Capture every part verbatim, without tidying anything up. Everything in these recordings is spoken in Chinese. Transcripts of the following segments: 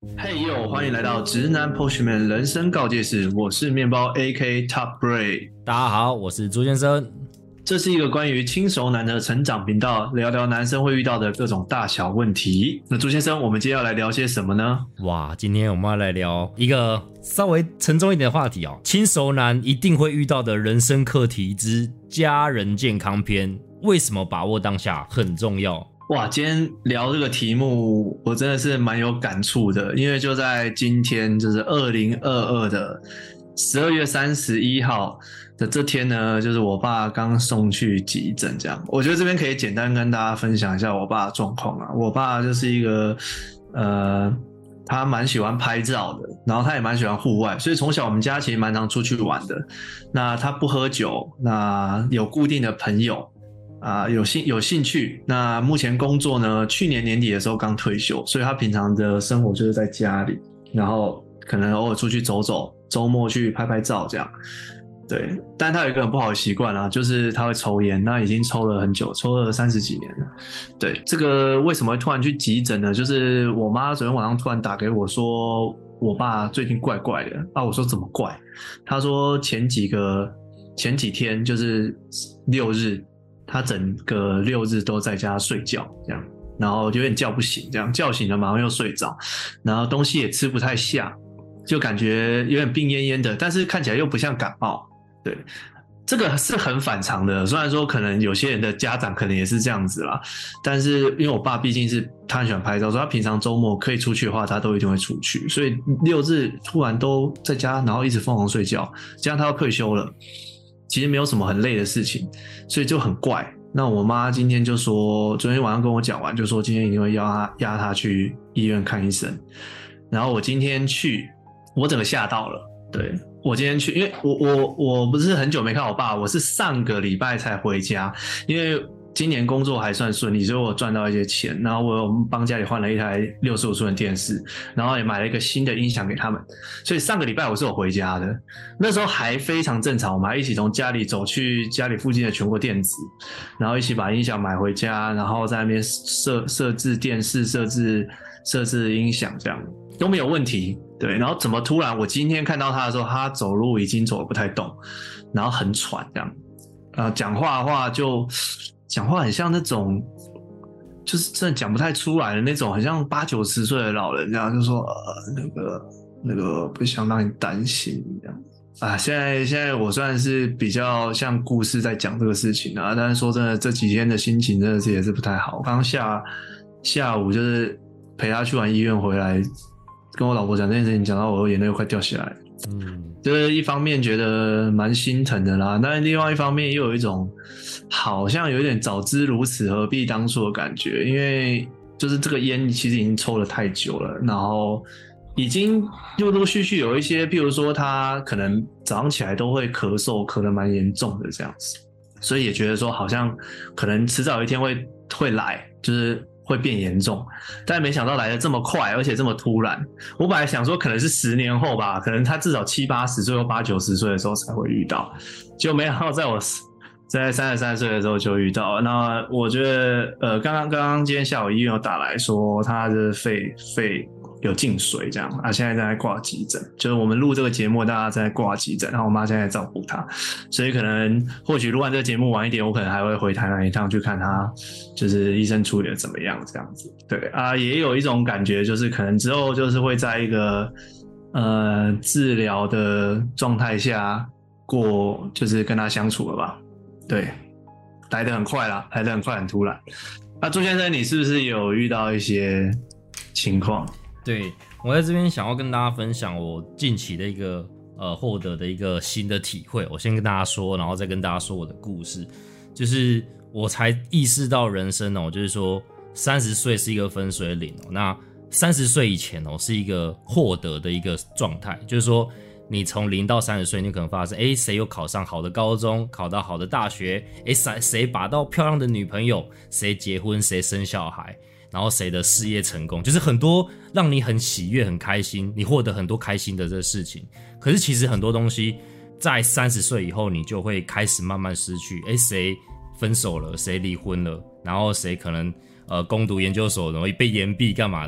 嘿呦，欢迎来到直男 Postman 人生告诫室，我是面包 A K Top Bray。 大家好，我是朱先生。 这是一个关于轻熟男的成长频道，聊聊男生会遇到的各种大小问题。那朱先生，我们今天要来聊些什么呢？ 哇，今天我们要来聊一个稍微沉重一点的话题哦，轻熟男一定会遇到的人生课题之家人健康篇。为什么把握当下很重要？ 哇，今天聊这个题目，我真的是蛮有感触的，因为就在今天，就是二零二二的十二月三十一号的这天呢，就是我爸刚送去急诊，这样。我觉得这边可以简单跟大家分享一下我爸的状况啊。我爸就是一个呃，他蛮喜欢拍照的，然后他也蛮喜欢户外，所以从小我们家其实蛮常出去玩的。那他不喝酒，那有固定的朋友。啊、呃，有兴有兴趣。那目前工作呢，去年年底的时候刚退休，所以他平常的生活就是在家里，然后可能偶尔出去走走，周末去拍拍照这样。对，但他有一个很不好的习惯啊，就是他会抽烟，那已经抽了很久，抽了三十几年了。对，这个为什么会突然去急诊呢？就是我妈昨天晚上突然打给我说，我爸最近怪怪的啊。我说怎么怪？他说前几个前几天就是六日。他整个六日都在家睡觉，这样，然后有点叫不醒，这样叫醒了马上又睡着，然后东西也吃不太下，就感觉有点病恹恹的，但是看起来又不像感冒。对，这个是很反常的。虽然说可能有些人的家长可能也是这样子啦，但是因为我爸毕竟是他很喜欢拍照，所以他平常周末可以出去的话，他都一定会出去，所以六日突然都在家，然后一直疯狂睡觉，加上他要退休了。其实没有什么很累的事情，所以就很怪。那我妈今天就说，昨天晚上跟我讲完，就说今天一定会要她押她去医院看医生。然后我今天去，我整个吓到了。对，我今天去，因为我我我不是很久没看我爸，我是上个礼拜才回家，因为今年工作还算顺利，所以我赚到一些钱，然后我帮家里换了一台六十五寸的电视，然后也买了一个新的音响给他们，所以上个礼拜我是有回家的。那时候还非常正常，我们还一起从家里走去家里附近的全国电子，然后一起把音响买回家，然后在那边设设置电视、设置设置音响，这样都没有问题。对，然后怎么突然我今天看到他的时候，他走路已经走得不太动，然后很喘，这样，呃，讲话的话就。讲话很像那种，就是真的讲不太出来的那种，很像八九十岁的老人这样，就说呃那个那个不想让你担心这样啊。现在现在我虽然是比较像故事在讲这个事情啊，但是说真的，这几天的心情真的是也是不太好。刚刚下下午就是陪他去完医院回来，跟我老婆讲这件事情，讲到我眼泪快掉下来。嗯，就是一方面觉得蛮心疼的啦，但是另外一方面又有一种好像有点早知如此何必当初的感觉，因为就是这个烟其实已经抽了太久了，然后已经陆陆续续有一些，譬如说他可能早上起来都会咳嗽，咳得蛮严重的这样子，所以也觉得说好像可能迟早有一天会会来，就是会变严重，但没想到来得这么快，而且这么突然。我本来想说可能是十年后吧，可能他至少七八十岁或八九十岁的时候才会遇到，结果没想到在我在三十三岁的时候就遇到了。那我觉得，呃，刚刚刚刚今天下午医院有打来说他的肺肺有进水这样啊，现在在挂急诊，就是我们录这个节目，大家在挂急诊，然后我妈现在在照顾他，所以可能或许录完这个节目晚一点，我可能还会回台南一趟去看他，就是医生处理的怎么样这样子。对啊，也有一种感觉，就是可能之后就是会在一个呃治疗的状态下过，就是跟他相处了吧。对，来得很快啦，来得很快，很突然。那朱先生，你是不是有遇到一些情况？ 对，我在这边想要跟大家分享我近期的一个呃获得的一个新的体会。我先跟大家说，然后再跟大家说我的故事。就是我才意识到人生哦，就是说三十岁是一个分水岭哦。那三十岁以前哦是一个获得的一个状态，就是说你从零到三十岁，你可能发现，哎，谁有考上好的高中，考到好的大学，哎，谁把到漂亮的女朋友，谁结婚，谁生小孩。然后谁的事业成功，就是很多让你很喜悦、很开心，你获得很多开心的这个事情。可是其实很多东西在三十岁以后，你就会开始慢慢失去。诶，谁分手了，谁离婚了，然后谁可能呃攻读研究所容易被延毕干嘛的，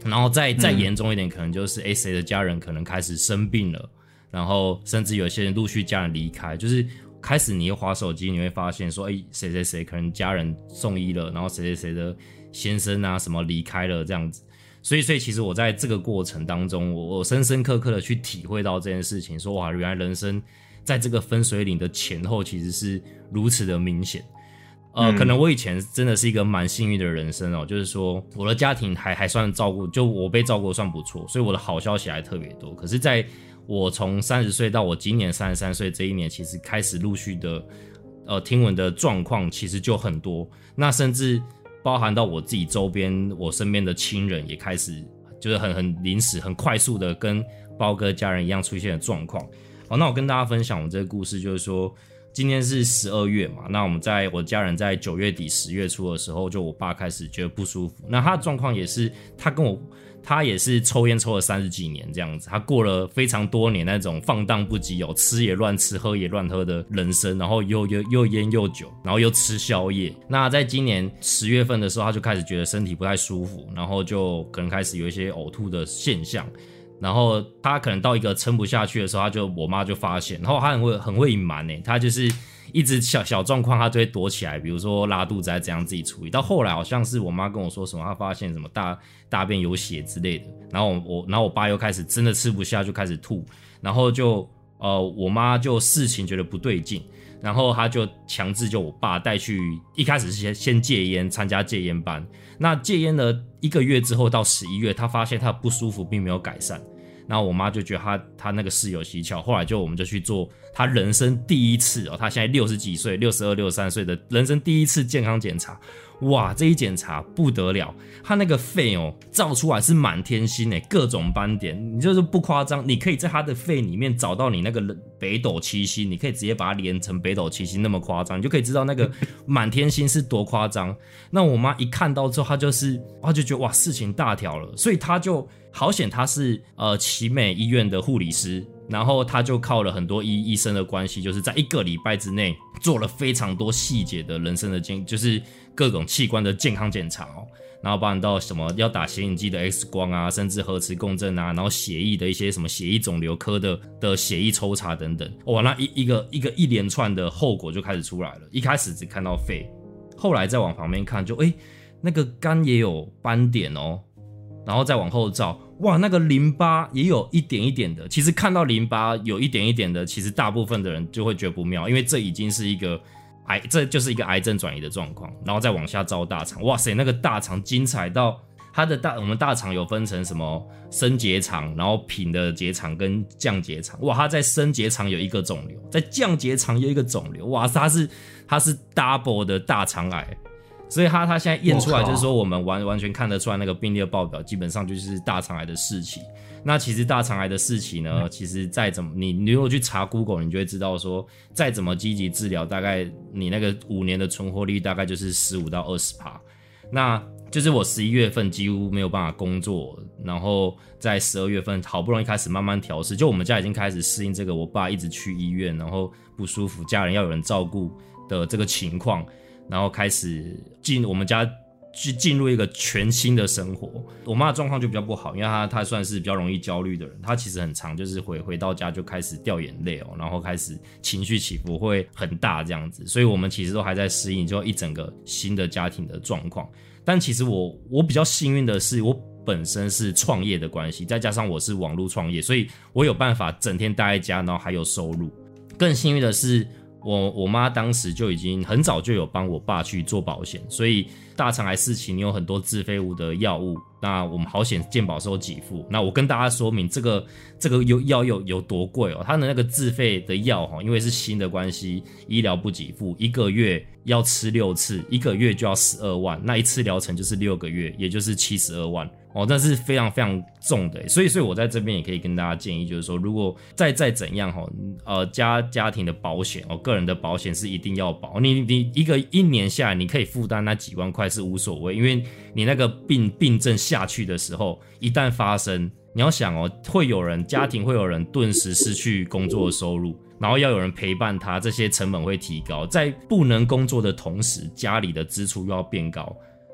然后再再严重一点，可能就是哎谁、嗯、的家人可能开始生病了，然后甚至有些人陆续家人离开，就是开始你又滑手机，你会发现说，哎谁谁谁可能家人送医了，然后谁谁谁的先生啊什么离开了这样子。所以，所以其实我在这个过程当中，我我深深刻刻的去体会到这件事情，说哇，原来人生在这个分水岭的前后其实是如此的明显。呃、嗯，可能我以前真的是一个蛮幸运的人生哦，就是说我的家庭还还算照顾，就我被照顾算不错，所以我的好消息还特别多。可是在我从三十岁到我今年三十三岁这一年，其实开始陆续的呃听闻的状况其实就很多，那甚至包含到我自己周边，我身边的亲人也开始就是很很临时、很快速的跟包哥家人一样出现的状况。好，那我跟大家分享我这个故事，就是说今天是十二月嘛，那我们在我家人在九月底、十月初的时候，就我爸开始觉得不舒服。那他的状况也是，他跟我。他也是抽烟抽了三十几年这样子，他过了非常多年那种放荡不羁哦，吃也乱吃，喝也乱喝的人生，然后又又又烟又酒，然后又吃宵夜。那在今年十月份的时候，他就开始觉得身体不太舒服，然后就可能开始有一些呕吐的现象。然后他可能到一个撑不下去的时候，他就我妈就发现，然后他很会很会隐瞒诶，他就是一直小小状况他就会躲起来，比如说拉肚子还怎样自己处理。到后来好像是我妈跟我说什么，她发现什么大大便有血之类的，然后我我然后我爸又开始真的吃不下就开始吐，然后就呃我妈就事情觉得不对劲，然后他就强制就我爸带去，一开始是先先戒烟，参加戒烟班。那戒烟了一个月之后，到十一月，他发现他的不舒服并没有改善。然后我妈就觉得他他那个事有蹊跷，后来就我们就去做他人生第一次哦，他现在六十几岁，六十二、六十三岁的人生第一次健康检查。哇，这一检查不得了，他那个肺哦照出来是满天星诶，各种斑点，你就是不夸张，你可以在他的肺里面找到你那个北斗七星，你可以直接把它连成北斗七星那么夸张，你就可以知道那个满天星是多夸张。那我妈一看到之后，她就是她就觉得哇事情大条了，所以她就好险，她是呃奇美医院的护理师。然后他就靠了很多医医生的关系，就是在一个礼拜之内做了非常多细节的人生的健，就是各种器官的健康检查哦。然后包含到什么要打显影剂的 X 光啊，甚至核磁共振啊，然后血液的一些什么血液肿瘤科的的血液抽查等等。哇，那一一个一个一连串的后果就开始出来了。一开始只看到肺，后来再往旁边看就，就哎那个肝也有斑点哦。然后再往后照，哇，那个淋巴也有一点一点的。其实看到淋巴有一点一点的，其实大部分的人就会觉得不妙，因为这已经是一个癌，这就是一个癌症转移的状况。然后再往下照大肠，哇塞，那个大肠精彩到它的大，我们大肠有分成什么升结肠，然后平的结肠跟降结肠。哇，它在升结肠有一个肿瘤，在降结肠有一个肿瘤，哇，它是它是 double 的大肠癌。所以他他现在验出来，就是说我们完完全看得出来那个病例的报表，基本上就是大肠癌的四期。那其实大肠癌的四期呢，其实再怎么你你如果去查 Google， 你就会知道说，再怎么积极治疗，大概你那个五年的存活率大概就是十五到二十趴。那就是我十一月份几乎没有办法工作，然后在十二月份好不容易开始慢慢调试，就我们家已经开始适应这个我爸一直去医院，然后不舒服，家人要有人照顾的这个情况。然后开始进我们家去进入一个全新的生活。我妈的状况就比较不好，因为她她算是比较容易焦虑的人，她其实很常就是回回到家就开始掉眼泪哦，然后开始情绪起伏会很大这样子，所以我们其实都还在适应就一整个新的家庭的状况。但其实我我比较幸运的是，我本身是创业的关系，再加上我是网络创业，所以我有办法整天待在家，然后还有收入。更幸运的是，我我妈当时就已经很早就有帮我爸去做保险，所以大肠癌四期你有很多自费物的药物，那我们好险健保是有给付。那我跟大家说明这个这个药有有多贵哦，它的那个自费的药因为是新的关系，医疗不给付，一个月要吃六次，一个月就要十二万，那一次疗程就是六个月，也就是七十二万。哦，那是非常非常重的，所以所以我在这边也可以跟大家建议，就是说，如果再再怎样哈，呃，家家庭的保险哦，个人的保险是一定要保。你你一个一年下来，你可以负担那几万块是无所谓，因为你那个病病症下去的时候，一旦发生，你要想哦，会有人家庭会有人顿时失去工作的收入，然后要有人陪伴他，这些成本会提高，在不能工作的同时，家里的支出又要变高。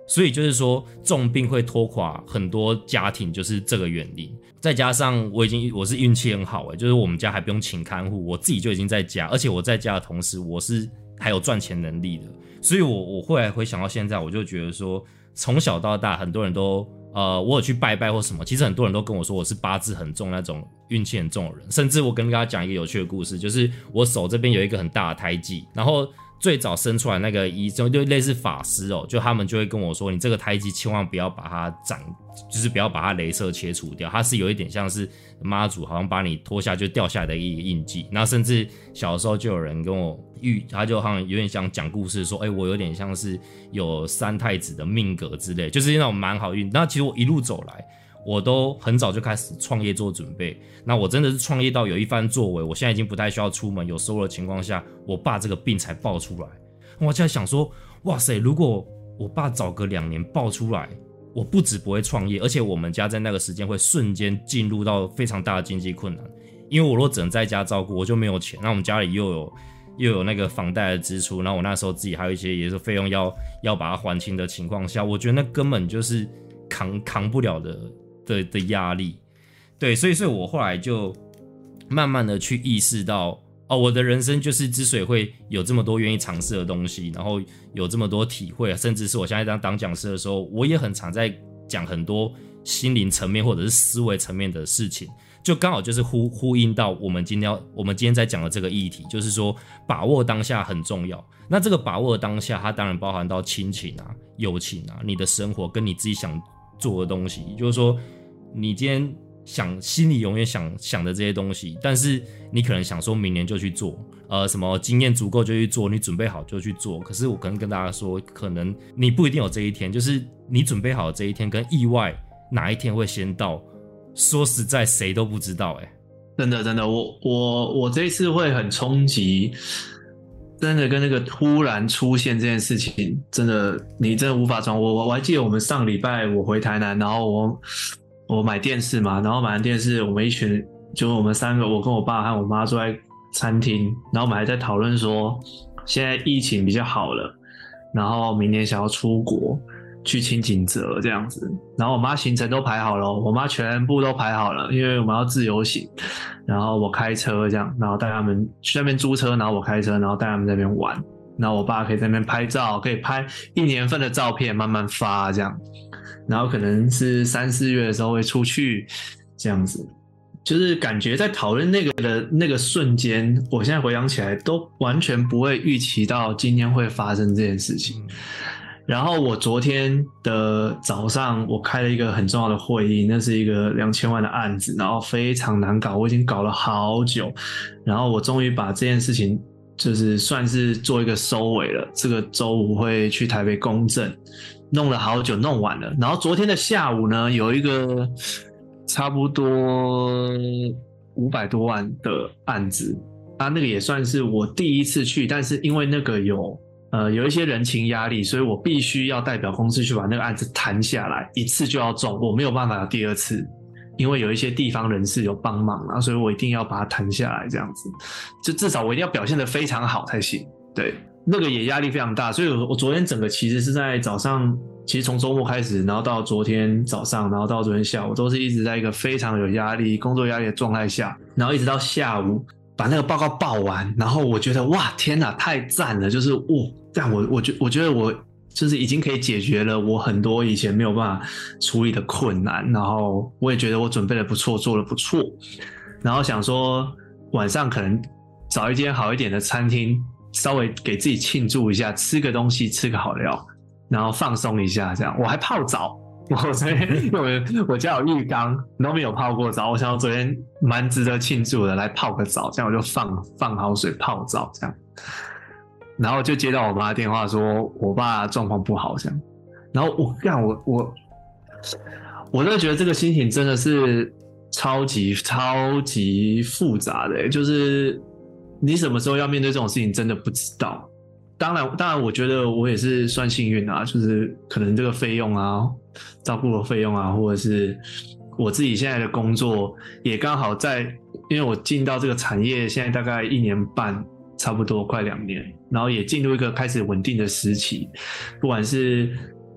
所以就是说重病会拖垮很多家庭，就是这个原因。再加上我已经我是运气很好、欸、就是我们家还不用请看护，我自己就已经在家，而且我在家的同时我是还有赚钱能力的，所以我我后来回想到现在，我就觉得说从小到大很多人都呃，我有去拜拜或什么，其实很多人都跟我说我是八字很重那种运气很重的人，甚至我跟大家讲一个有趣的故事，就是我手这边有一个很大的胎记，然后最早生出来那个医就类似法师哦，就他们就会跟我说，你这个胎记千万不要把它斩，就是不要把它雷射切除掉，它是有一点像是妈祖好像把你拖下就掉下来的一个印记。然后甚至小的时候就有人跟我预，他就好像有点像讲故事说，哎、欸，我有点像是有三太子的命格之类，就是那种蛮好运。那其实我一路走来，我都很早就开始创业做准备。那我真的是创业到有一番作为，我现在已经不太需要出门有收入的情况下，我爸这个病才爆出来。我现在想说，哇塞，如果我爸早个两年爆出来，我不止不会创业，而且我们家在那个时间会瞬间进入到非常大的经济困难。因为我如果只能在家照顾，我就没有钱。那我们家里又有又有那个房贷的支出，然后我那时候自己还有一些也是费用要要把它还清的情况下，我觉得那根本就是扛扛不了的的的压力。对，所以所以我后来就慢慢的去意识到，哦，我的人生就是之所以会有这么多愿意尝试的东西，然后有这么多体会，甚至是我现在当当讲师的时候，我也很常在讲很多心灵层面或者是思维层面的事情，就刚好就是呼呼应到我们今天要我们今天在讲的这个议题，就是说把握当下很重要。那这个把握当下，它当然包含到亲情啊、友情啊、你的生活跟你自己想做的东西，就是说你今天想心里永远想想的这些东西，但是你可能想说明年就去做，呃，什么经验足够就去做，你准备好就去做。可是我可能跟大家说，可能你不一定有这一天，就是你准备好的这一天跟意外哪一天会先到，说实在谁都不知道哎、欸。 真的真的，我我我这一次会很冲击，真的跟那个突然出现这件事情，真的你真的无法传。我我还记得我们上礼拜我回台南，然后我我买电视嘛，然后买完电视，我们一群就我们三个，我跟我爸和我妈坐在餐厅，然后我们还在讨论说，现在疫情比较好了，然后明年想要出国去清景泽这样子，然后我妈行程都排好了，我妈全部都排好了，因为我们要自由行，然后我开车这样，然后带他们去那边租车，然后我开车，然后带他们在那边玩，然后我爸可以在那边拍照，可以拍一年份的照片慢慢发这样，然后可能是三四月的时候会出去这样子，就是感觉在讨论那个的那个瞬间，我现在回想起来都完全不会预期到今天会发生这件事情。然后我昨天的早上，我开了一个很重要的会议，那是一个两千万的案子，然后非常难搞，我已经搞了好久，然后我终于把这件事情就是算是做一个收尾了。这个周五会去台北公证，弄了好久，弄完了。然后昨天的下午呢，有一个差不多五百多万的案子，啊，那个也算是我第一次去，但是因为那个有。呃，有一些人情压力，所以我必须要代表公司去把那个案子谈下来，一次就要中，我没有办法有第二次，因为有一些地方人士有帮忙啊，所以我一定要把它谈下来，这样子，就至少我一定要表现得非常好才行。对，那个也压力非常大，所以我昨天整个其实是在早上，其实从周末开始，然后到昨天早上，然后到昨天下午，都是一直在一个非常有压力、工作压力的状态下，然后一直到下午。把那个报告报完，然后我觉得哇天哪，太赞了！就是哇，但我我觉我觉得我就是已经可以解决了我很多以前没有办法处理的困难，然后我也觉得我准备的不错，做的不错，然后想说晚上可能找一间好一点的餐厅，稍微给自己庆祝一下，吃个东西，吃个好料，然后放松一下，这样我还泡澡。我昨天我我家有浴缸，都没有泡过澡，我想我昨天蛮值得庆祝的，来泡个澡，这样我就放放好水泡澡这样，然后就接到我妈的电话说我爸状况不好这样，然后我干我我我真的觉得这个心情真的是超级超级复杂的，就是你什么时候要面对这种事情真的不知道。当然，当然，我觉得我也是算幸运啊，就是可能这个费用啊，照顾的费用啊，或者是我自己现在的工作也刚好在，因为我进到这个产业现在大概一年半，差不多快两年，然后也进入一个开始稳定的时期，不管是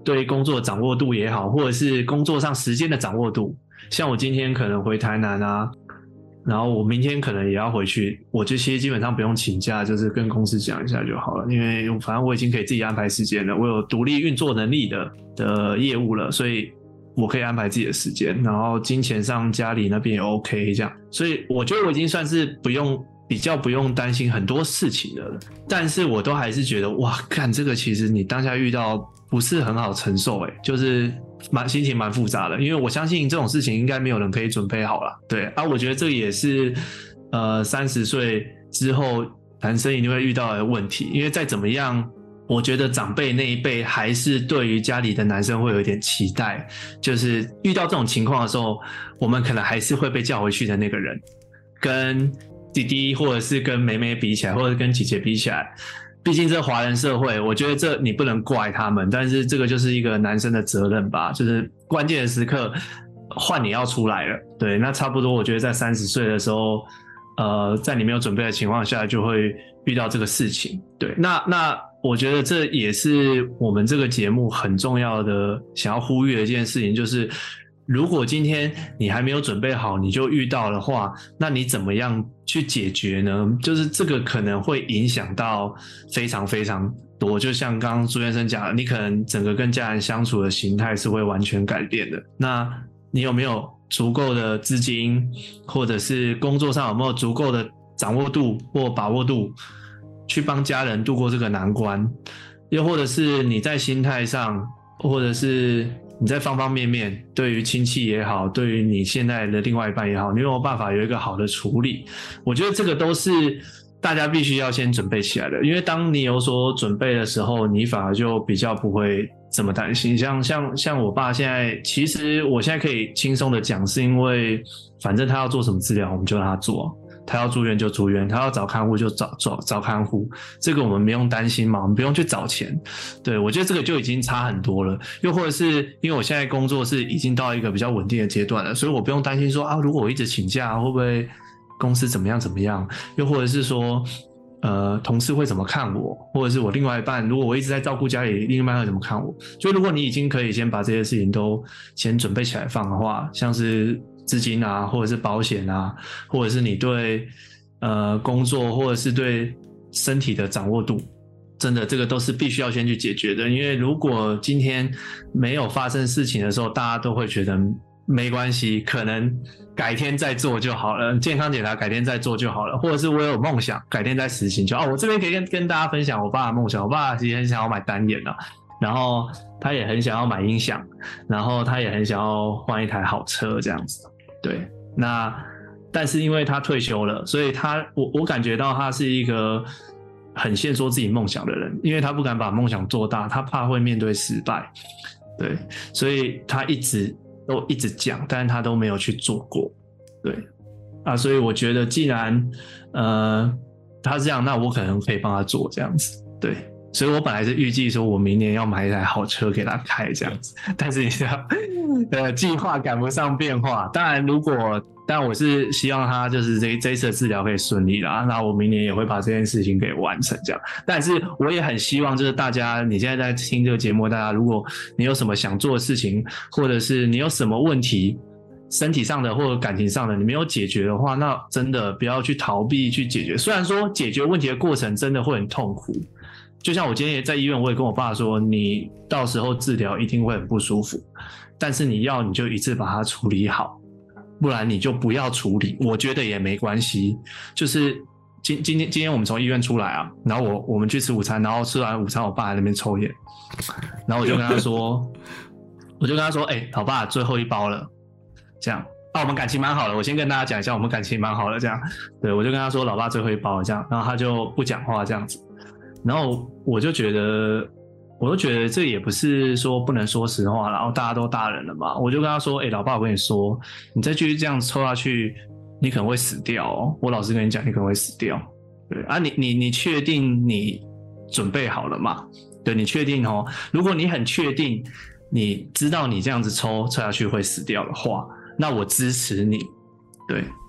对工作的掌握度也好，或者是工作上时间的掌握度。像我今天可能回台南啊，然后我明天可能也要回去，我这些基本上不用请假，就是跟公司讲一下就好了，因为反正我已经可以自己安排时间了，我有独立运作能力的的业务了，所以我可以安排自己的时间，然后金钱上家里那边也 OK 这样，所以我觉得我已经算是不用比较不用担心很多事情了，但是我都还是觉得哇，干这个其实你当下遇到不是很好承受，诶，就是蛮心情蛮复杂的，因为我相信这种事情应该没有人可以准备好啦。对啊，我觉得这也是呃三十岁之后男生一定会遇到的问题，因为再怎么样，我觉得长辈那一辈还是对于家里的男生会有一点期待，就是遇到这种情况的时候，我们可能还是会被叫回去的那个人，跟弟弟或者是跟妹妹比起来，或者跟姐姐比起来，毕竟这华人社会，我觉得这你不能怪他们，但是这个就是一个男生的责任吧，就是关键的时刻换你要出来了，对，那差不多我觉得在三十岁的时候，呃，在你没有准备的情况下就会遇到这个事情，对，那那我觉得这也是我们这个节目很重要的想要呼吁的一件事情，就是如果今天你还没有准备好，你就遇到的话，那你怎么样去解决呢？就是这个可能会影响到非常非常多，就像刚刚朱先生讲的，你可能整个跟家人相处的形态是会完全改变的。那你有没有足够的资金，或者是工作上有没有足够的掌握度或把握度，去帮家人度过这个难关？又或者是你在心态上，或者是你在方方面面，对于亲戚也好，对于你现在的另外一半也好，你有没有办法有一个好的处理？我觉得这个都是大家必须要先准备起来的，因为当你有所准备的时候，你反而就比较不会这么担心。像像像我爸现在，其实我现在可以轻松的讲，是因为反正他要做什么治疗，我们就让他做。他要住院就住院，他要找看护就找找找看护，这个我们不用担心嘛，我们不用去找钱。对，我觉得这个就已经差很多了。又或者是因为我现在工作是已经到一个比较稳定的阶段了，所以我不用担心说啊，如果我一直请假，会不会公司怎么样怎么样？又或者是说，呃，同事会怎么看我，或者是我另外一半，如果我一直在照顾家里，另外一半会怎么看我？就如果你已经可以先把这些事情都先准备起来放的话，像是资金啊，或者是保险啊，或者是你对呃工作或者是对身体的掌握度，真的这个都是必须要先去解决的。因为如果今天没有发生事情的时候，大家都会觉得没关系，可能改天再做就好了，健康检查改天再做就好了，或者是我有梦想改天再实行就好。哦，我这边可以跟跟大家分享我爸的梦想，我爸其实很想要买单眼啊，然后他也很想要买音响，然后他也很想要换一台好车这样子。对，那但是因为他退休了，所以他我我感觉到他是一个很限缩自己梦想的人，因为他不敢把梦想做大，他怕会面对失败。对，所以他一直都一直讲，但是他都没有去做过。对啊，所以我觉得既然呃他这样，那我可能可以帮他做这样子。对，所以我本来是预计说我明年要买一台好车给他开这样子，但是你知道呃计划赶不上变化。当然如果当然我是希望他就是这这一次的治疗可以顺利啦，那我明年也会把这件事情给完成这样。但是我也很希望就是大家你现在在听这个节目，大家如果你有什么想做的事情，或者是你有什么问题，身体上的或者感情上的你没有解决的话，那真的不要去逃避去解决。虽然说解决问题的过程真的会很痛苦，就像我今天也在医院，我也跟我爸说，你到时候治疗一定会很不舒服，但是你要你就一次把它处理好，不然你就不要处理，我觉得也没关系。就是今今天今天我们从医院出来啊，然后我我们去吃午餐，然后吃完午餐我爸在那边抽烟，然后我就跟他说我就跟他说哎、欸，老爸最后一包了这样啊，我们感情蛮好的，我先跟大家讲一下我们感情蛮好的这样。对，我就跟他说老爸最后一包了这样，然后他就不讲话这样子。然后我就觉得我就觉得这也不是说不能说实话，然后大家都大人了嘛，我就跟他说哎、欸，老爸我跟你说，你再继续这样抽下去你可能会死掉哦，我老实跟你讲你可能会死掉。对啊，你你你确定你准备好了吗？对，你确定哦，如果你很确定你知道你这样子抽抽下去会死掉的话，那我支持你。对，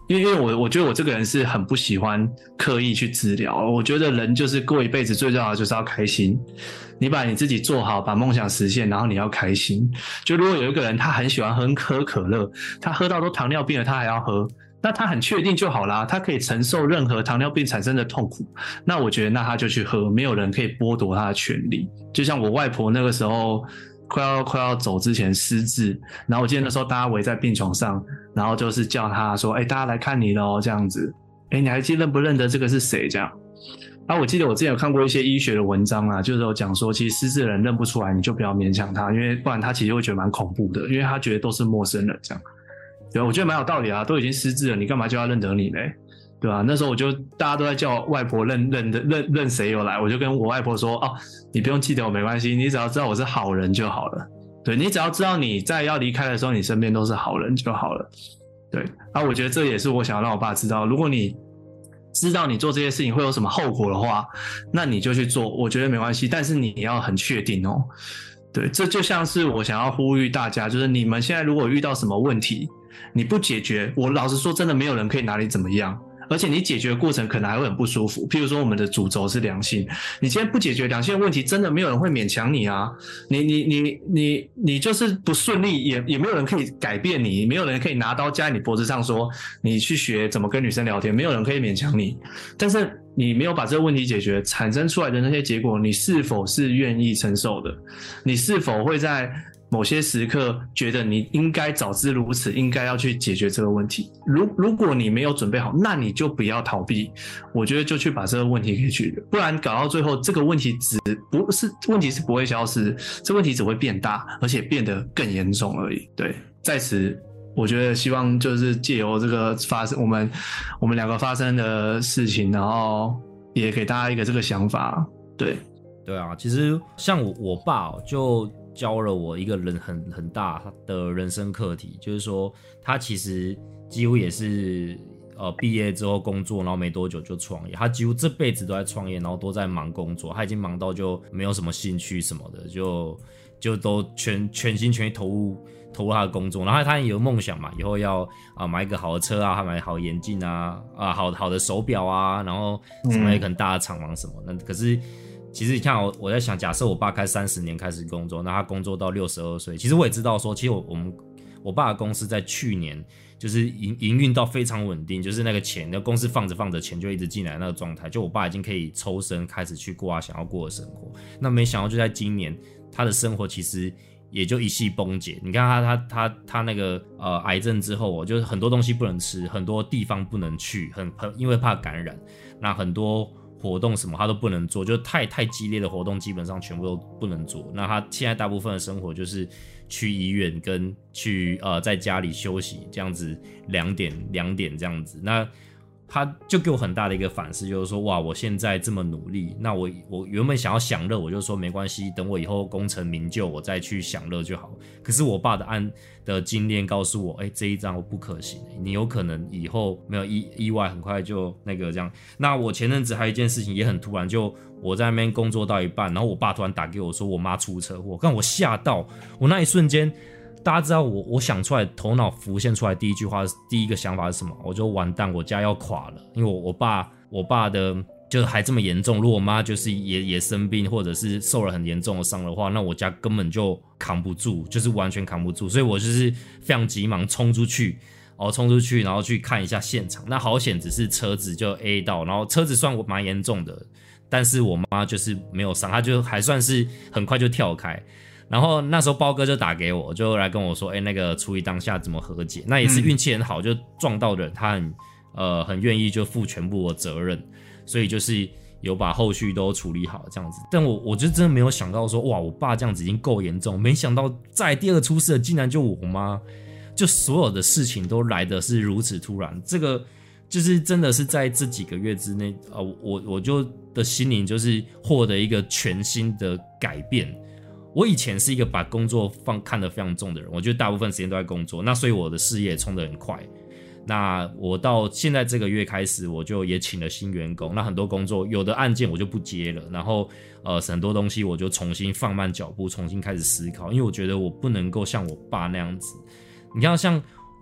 因为因为我我觉得我这个人是很不喜欢刻意去治疗，我觉得人就是过一辈子最重要的就是要开心，你把你自己做好，把梦想实现，然后你要开心。就如果有一个人他很喜欢喝喝可乐，他喝到都糖尿病了他还要喝，那他很确定就好啦，他可以承受任何糖尿病产生的痛苦，那我觉得那他就去喝，没有人可以剥夺他的权利。就像我外婆那个时候快要快要走之前失智，然后我记得那时候大家围在病床上，然后就是叫他说：“哎、欸，大家来看你咯，这样子。哎、欸，你还记得认不认得这个是谁？这样。”啊，我记得我之前有看过一些医学的文章啊，就是有讲说，其实失智的人认不出来，你就不要勉强他，因为不然他其实会觉得蛮恐怖的，因为他觉得都是陌生人这样。对，我觉得蛮有道理啊，都已经失智了，你干嘛就要认得你嘞？对吧、啊？那时候我就大家都在叫外婆认认认认谁有来，我就跟我外婆说：“哦，你不用记得我没关系，你只要知道我是好人就好了。对，你只要知道你在要离开的时候，你身边都是好人就好了。”对，啊，我觉得这也是我想要让我爸知道，如果你知道你做这些事情会有什么后果的话，那你就去做，我觉得没关系，但是你要很确定哦。对，这就像是我想要呼吁大家，就是你们现在如果遇到什么问题，你不解决，我老实说，真的没有人可以拿你怎么样。而且你解决的过程可能还会很不舒服，譬如说我们的主轴是两性，你今天不解决两性的问题，真的没有人会勉强你啊，你你你你你就是不顺利，也也没有人可以改变你，没有人可以拿刀架在你脖子上说你去学怎么跟女生聊天，没有人可以勉强你，但是你没有把这个问题解决，产生出来的那些结果，你是否是愿意承受的？你是否会在某些时刻觉得你应该早知如此，应该要去解决这个问题。如如果你没有准备好，那你就不要逃避，我觉得就去把这个问题给解决，不然搞到最后这个问题只不是问题是不会消失，这问题只会变大，而且变得更严重而已。对，在此我觉得希望就是借由这个发生我们我们两个发生的事情，然后也给大家一个这个想法。对对啊，其实像我我爸、哦、就教了我一个人很很大的人生课题，就是说他其实几乎也是呃毕业之后工作，然后没多久就创业，他几乎这辈子都在创业，然后都在忙工作，他已经忙到就没有什么兴趣什么的，就就都全全心全意投入投入他的工作，然后他也有梦想嘛，以后要啊、呃、买一个好的车啊，买好眼镜啊，啊、呃、好好的手表啊，然后什么也可能大的厂房什么，那、嗯、可是。其实你看我，我在想，假设我爸开三十年开始工作，那他工作到六十二岁，其实我也知道说，其实我我们我爸的公司在去年就是营营运到非常稳定，就是那个钱，那公司放着放着钱就一直进来那个状态，就我爸已经可以抽身开始去过他想要过的生活。那没想到就在今年，他的生活其实也就一夕崩解。你看他他他他那个呃癌症之后，我就是很多东西不能吃，很多地方不能去，很很因为怕感染，那很多。活动什么他都不能做，就太太激烈的活动基本上全部都不能做。那他现在大部分的生活就是去医院跟去呃在家里休息这样子，两点两点这样子。那他就给我很大的一个反思，就是说哇，我现在这么努力，那我我原本想要享乐，我就说没关系，等我以后功成名就，我再去享乐就好。可是我爸的案的经验告诉我，哎、欸，这一招不可行，你有可能以后没有意意外，很快就那个这样。那我前阵子还有一件事情也很突然，就我在那边工作到一半，然后我爸突然打给我说我妈出车祸，看我吓到，我那一瞬间。大家知道我我想出来头脑浮现出来第一句话第一个想法是什么？我就完蛋，我家要垮了，因为我我爸我爸的就还这么严重，如果我妈就是也也生病或者是受了很严重的伤的话，那我家根本就扛不住，就是完全扛不住，所以我就是非常急忙冲出去，然后冲出去然后去看一下现场。那好险只是车子就 A 到，然后车子算我蛮严重的，但是我妈就是没有伤，她就还算是很快就跳开。然后那时候包哥就打给我，就来跟我说，哎、欸，那个处理当下怎么和解？那也是运气很好，就撞到的人，他很呃很愿意就负全部的责任，所以就是有把后续都处理好这样子。但我我就真的没有想到说，哇，我爸这样子已经够严重，没想到再第二个出事的竟然就我妈，就所有的事情都来的是如此突然，这个就是真的是在这几个月之内，呃，我我就的心灵就是获得一个全新的改变。我以前是一个把工作放看得非常重的人，我觉得大部分时间都在工作，那所以我的事业冲得很快。那我到现在这个月开始，我就也请了新员工，那很多工作有的案件我就不接了，然后呃很多东西我就重新放慢脚步，重新开始思考，因为我觉得我不能够像我爸那样子。你看，像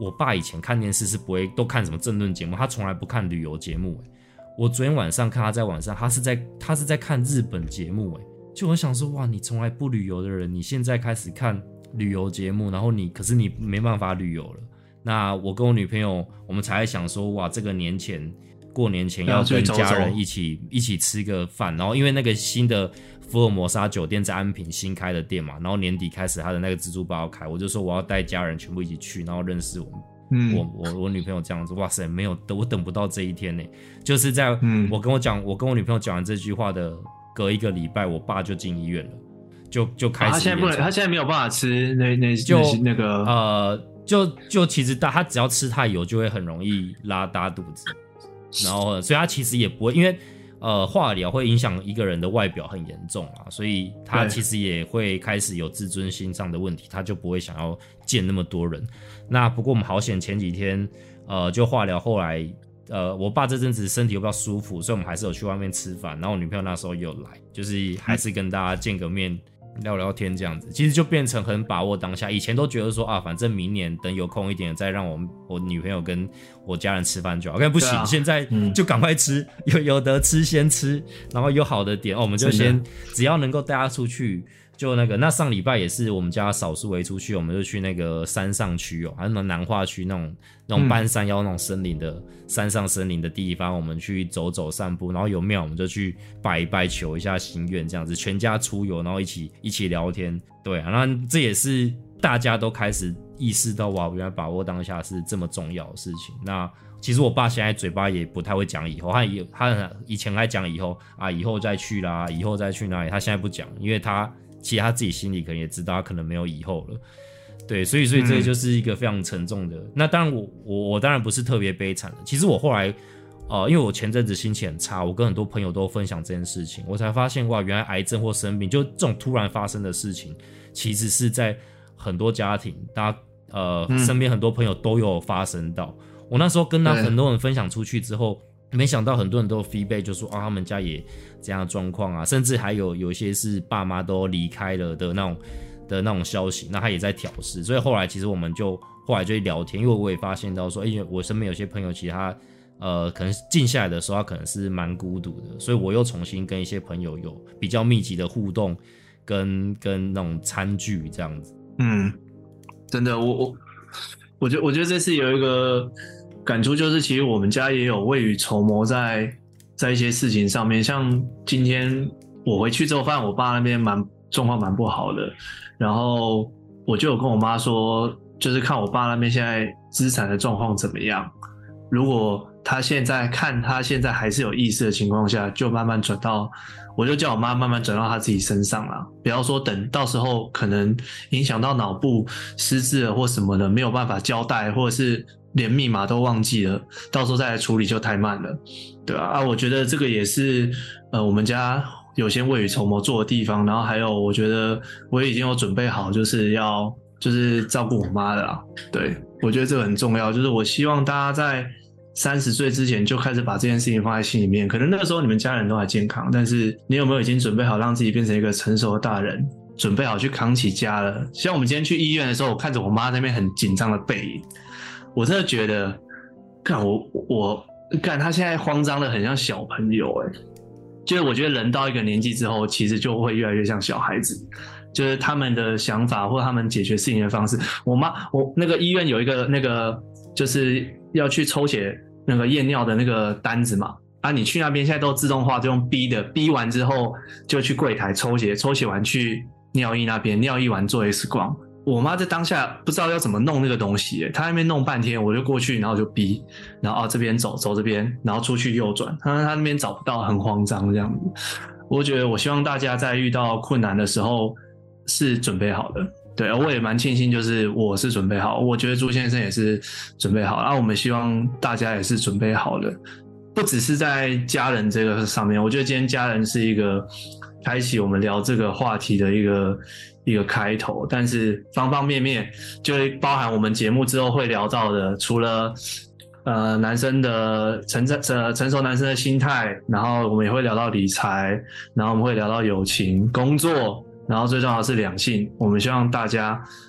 我爸以前看电视是不会都看什么政论节目，他从来不看旅游节目、欸。我昨天晚上看他在晚上，他是在他是在看日本节目、欸，就我想说，哇，你从来不旅游的人，你现在开始看旅游节目，然后你可是你没办法旅游了。那我跟我女朋友，我们才在想说，哇，这个年前过年前要跟家人一起一起吃个饭，然后因为那个新的福尔摩沙酒店在安平新开的店嘛，然后年底开始他的那个自助吧要开，我就说我要带家人全部一起去，然后认识我们。嗯，我我我女朋友这样子，哇塞，没有，我等不到这一天呢。就是在我跟我讲，我跟我女朋友讲完这句话的隔一个礼拜，我爸就进医院了，就就开始、啊。 他现在不能，他现在没有办法吃那那就那个呃，就就其实他只要吃太油，就会很容易拉大肚子，然后所以他其实也不会，因为呃化疗会影响一个人的外表很严重啦，所以他其实也会开始有自尊心上的问题，他就不会想要见那么多人。那不过我们好险前几天呃就化疗，后来呃我爸这阵子身体又比较舒服，所以我们还是有去外面吃饭，然后我女朋友那时候也有来，就是还是跟大家见个面聊聊天这样子，其实就变成很把握当下。以前都觉得说啊，反正明年等有空一点再让我我女朋友跟我家人吃饭就好。但不行，啊、现在就赶快吃，嗯、有有得吃先吃，然后有好的点，哦、我们就先只要能够带她出去。就那个，那上礼拜也是我们家少数为出去，我们就去那个山上区哦，还有那种南化区那种那种半山腰那种森林的、嗯、山上森林的地方，我们去走走散步，然后有庙我们就去拜一拜，求一下心愿，这样子全家出游，然后一起一起聊天，对啊，那这也是大家都开始意识到哇，原来把握当下是这么重要的事情。那其实我爸现在嘴巴也不太会讲以后，他也他以前爱讲以后啊，以后再去啦，以后再去哪里，他现在不讲，因为他。其实他自己心里可能也知道，他可能没有以后了，对，所以所以这就是一个非常沉重的。嗯、那当然我，我我当然不是特别悲惨的。其实我后来，呃，因为我前阵子心情很差，我跟很多朋友都分享这件事情，我才发现哇，原来癌症或生病，就这种突然发生的事情，其实是在很多家庭，大家呃、嗯、身边很多朋友都有发生到。我那时候跟他很多人分享出去之后。没想到很多人都有 feedback 就说啊，他们家也这样的状况啊，甚至还有有一些是爸妈都离开了的那种的那种消息，那他也在调试，所以后来其实我们就后来就聊天，因为我也发现到说，因为我身边有些朋友其实他呃可能静下来的时候，他可能是蛮孤独的，所以我又重新跟一些朋友有比较密集的互动，跟跟那种餐具这样子。 嗯，真的，我我我觉得我觉得这次有一个。感触就是，其实我们家也有未雨绸缪在，在一些事情上面。像今天我回去之后，发现我爸那边蛮状况蛮不好的，然后我就有跟我妈说，就是看我爸那边现在资产的状况怎么样。如果他现在看他现在还是有意识的情况下，就慢慢转到，我就叫我妈慢慢转到他自己身上啦，不要说等到时候可能影响到脑部失智了或什么的，没有办法交代，或者是。连密码都忘记了，到时候再来处理就太慢了，对吧？啊，我觉得这个也是呃我们家有些未雨绸缪做的地方，然后还有我觉得我也已经有准备好，就是要就是照顾我妈的啦。对，我觉得这个很重要，就是我希望大家在三十岁之前就开始把这件事情放在心里面。可能那个时候你们家人都还健康，但是你有没有已经准备好让自己变成一个成熟的大人？准备好去扛起家了？像我们今天去医院的时候，我看着我妈那边很紧张的背影。我真的觉得，干我我干他现在慌张的很像小朋友哎、欸，就是我觉得人到一个年纪之后，其实就会越来越像小孩子，就是他们的想法或他们解决事情的方式。我妈我那个医院有一个那个就是要去抽血那个验尿的那个单子嘛，啊你去那边现在都自动化，就用逼的，逼完之后就去柜台抽血，抽血完去尿液那边，尿液完做 X 光。我妈在当下不知道要怎么弄那个东西、欸，她那边弄半天，我就过去，然后就逼，然后、哦、这边走走这边，然后出去右转，她她那边找不到，很慌张这样子。我觉得我希望大家在遇到困难的时候是准备好的，对，我也蛮庆幸，就是我是准备好，我觉得朱先生也是准备好，啊，我们希望大家也是准备好的，不只是在家人这个上面，我觉得今天家人是一个开启我们聊这个话题的一个。一个开头，但是方方面面就包含我们节目之后会聊到的，除了呃男生的成成成熟男生的心态，然后我们也会聊到理财，然后我们会聊到友情、工作，然后最重要的是两性。我们希望大家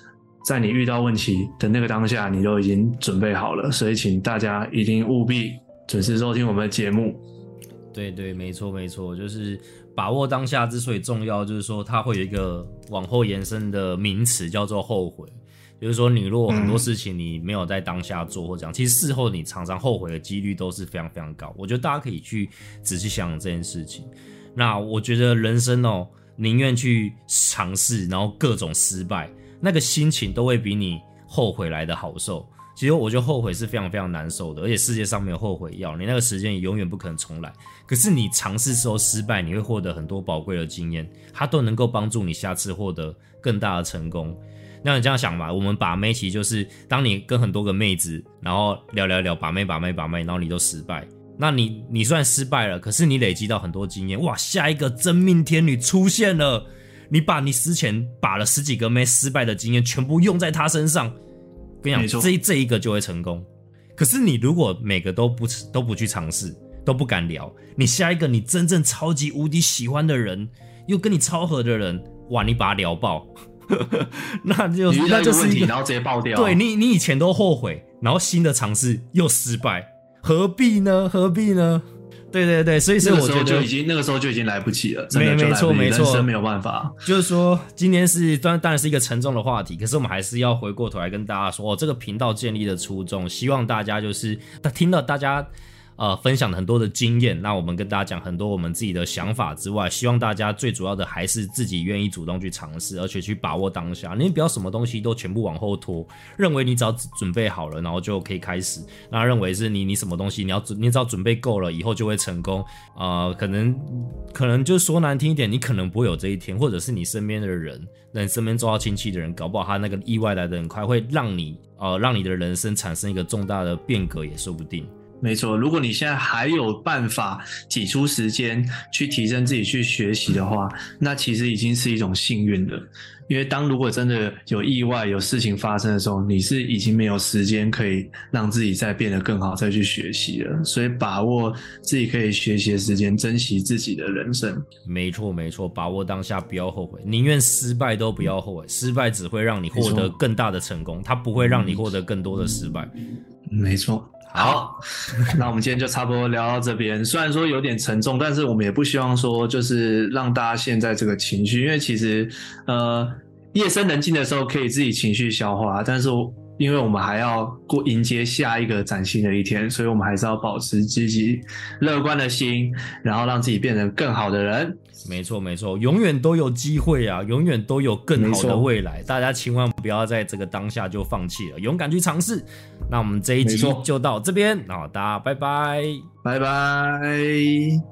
在你遇到问题的那个当下，你都已经准备好了，所以请大家一定务必准时收听我们的节目。 对对，没错没错，就是把握当下之所以重要，就是说它会有一个往后延伸的名词叫做后悔。就是说，你如果很多事情你没有在当下做或这样，嗯、其实事后你常常后悔的几率都是非常非常高。我觉得大家可以去仔细想想这件事情。那我觉得人生哦，宁愿去尝试，然后各种失败，那个心情都会比你后悔来的好受。其实我觉得后悔是非常非常难受的，而且世界上没有后悔药，你那个时间也永远不可能重来。可是你尝试之后失败，你会获得很多宝贵的经验，它都能够帮助你下次获得更大的成功。那你这样想嘛，我们把妹其实就是当你跟很多个妹子，然后聊聊聊，把妹把妹把妹，然后你都失败，那你你虽然失败了，可是你累积到很多经验，哇，下一个真命天女出现了，你把你之前把了十几个妹失败的经验全部用在她身上，跟你讲，这这一个就会成功。可是你如果每个都不都不去尝试，都不敢聊，你下一个你真正超级无敌喜欢的人，又跟你超合的人，哇，你把他聊爆。那就那就是一个， 然后直接爆掉。 对你，你以前都后悔，然后新的尝试又失败，何必呢？何必呢？对对对，所以是我觉得就已经那个时候就已经来不及了，真的就来不及， 没错没错， 人生没有办法。 就是说，今天是当然当然是一个沉重的话题，可是我们还是要回过头来跟大家说，哦，这个频道建立的初衷，希望大家就是听到大家。呃，分享很多的经验，那我们跟大家讲很多我们自己的想法之外，希望大家最主要的还是自己愿意主动去尝试，而且去把握当下。你不要什么东西都全部往后拖，认为你只要准备好了，然后就可以开始。那认为是你你什么东西你要你只要准备够了，以后就会成功。呃，可能可能就说难听一点，你可能不会有这一天，或者是你身边的人，那你身边周遭亲戚的人，搞不好他那个意外来的很快，会让你呃让你的人生产生一个重大的变革也说不定。 没错，如果你现在还有办法挤出时间去提升自己去学习的话，那其实已经是一种幸运了。因为当如果真的有意外有事情发生的时候，你是已经没有时间可以让自己再变得更好再去学习了。所以把握自己可以学习的时间，珍惜自己的人生。 没错没错，把握当下，不要后悔，宁愿失败都不要后悔，失败只会让你获得更大的成功，它不会让你获得更多的失败。 没错。好，那我们今天就差不多聊到这边。虽然说有点沉重，但是我们也不希望说就是让大家陷在这个情绪，因为其实呃夜深人静的时候可以自己情绪消化，但是因为我们还要过迎接下一个崭新的一天，所以我们还是要保持积极乐观的心，然后让自己变成更好的人。 没错没错，永远都有机会啊，永远都有更好的未来，大家千万不要在这个当下就放弃了，勇敢去尝试。那我们这一集就到这边，好，大家拜拜， 拜拜。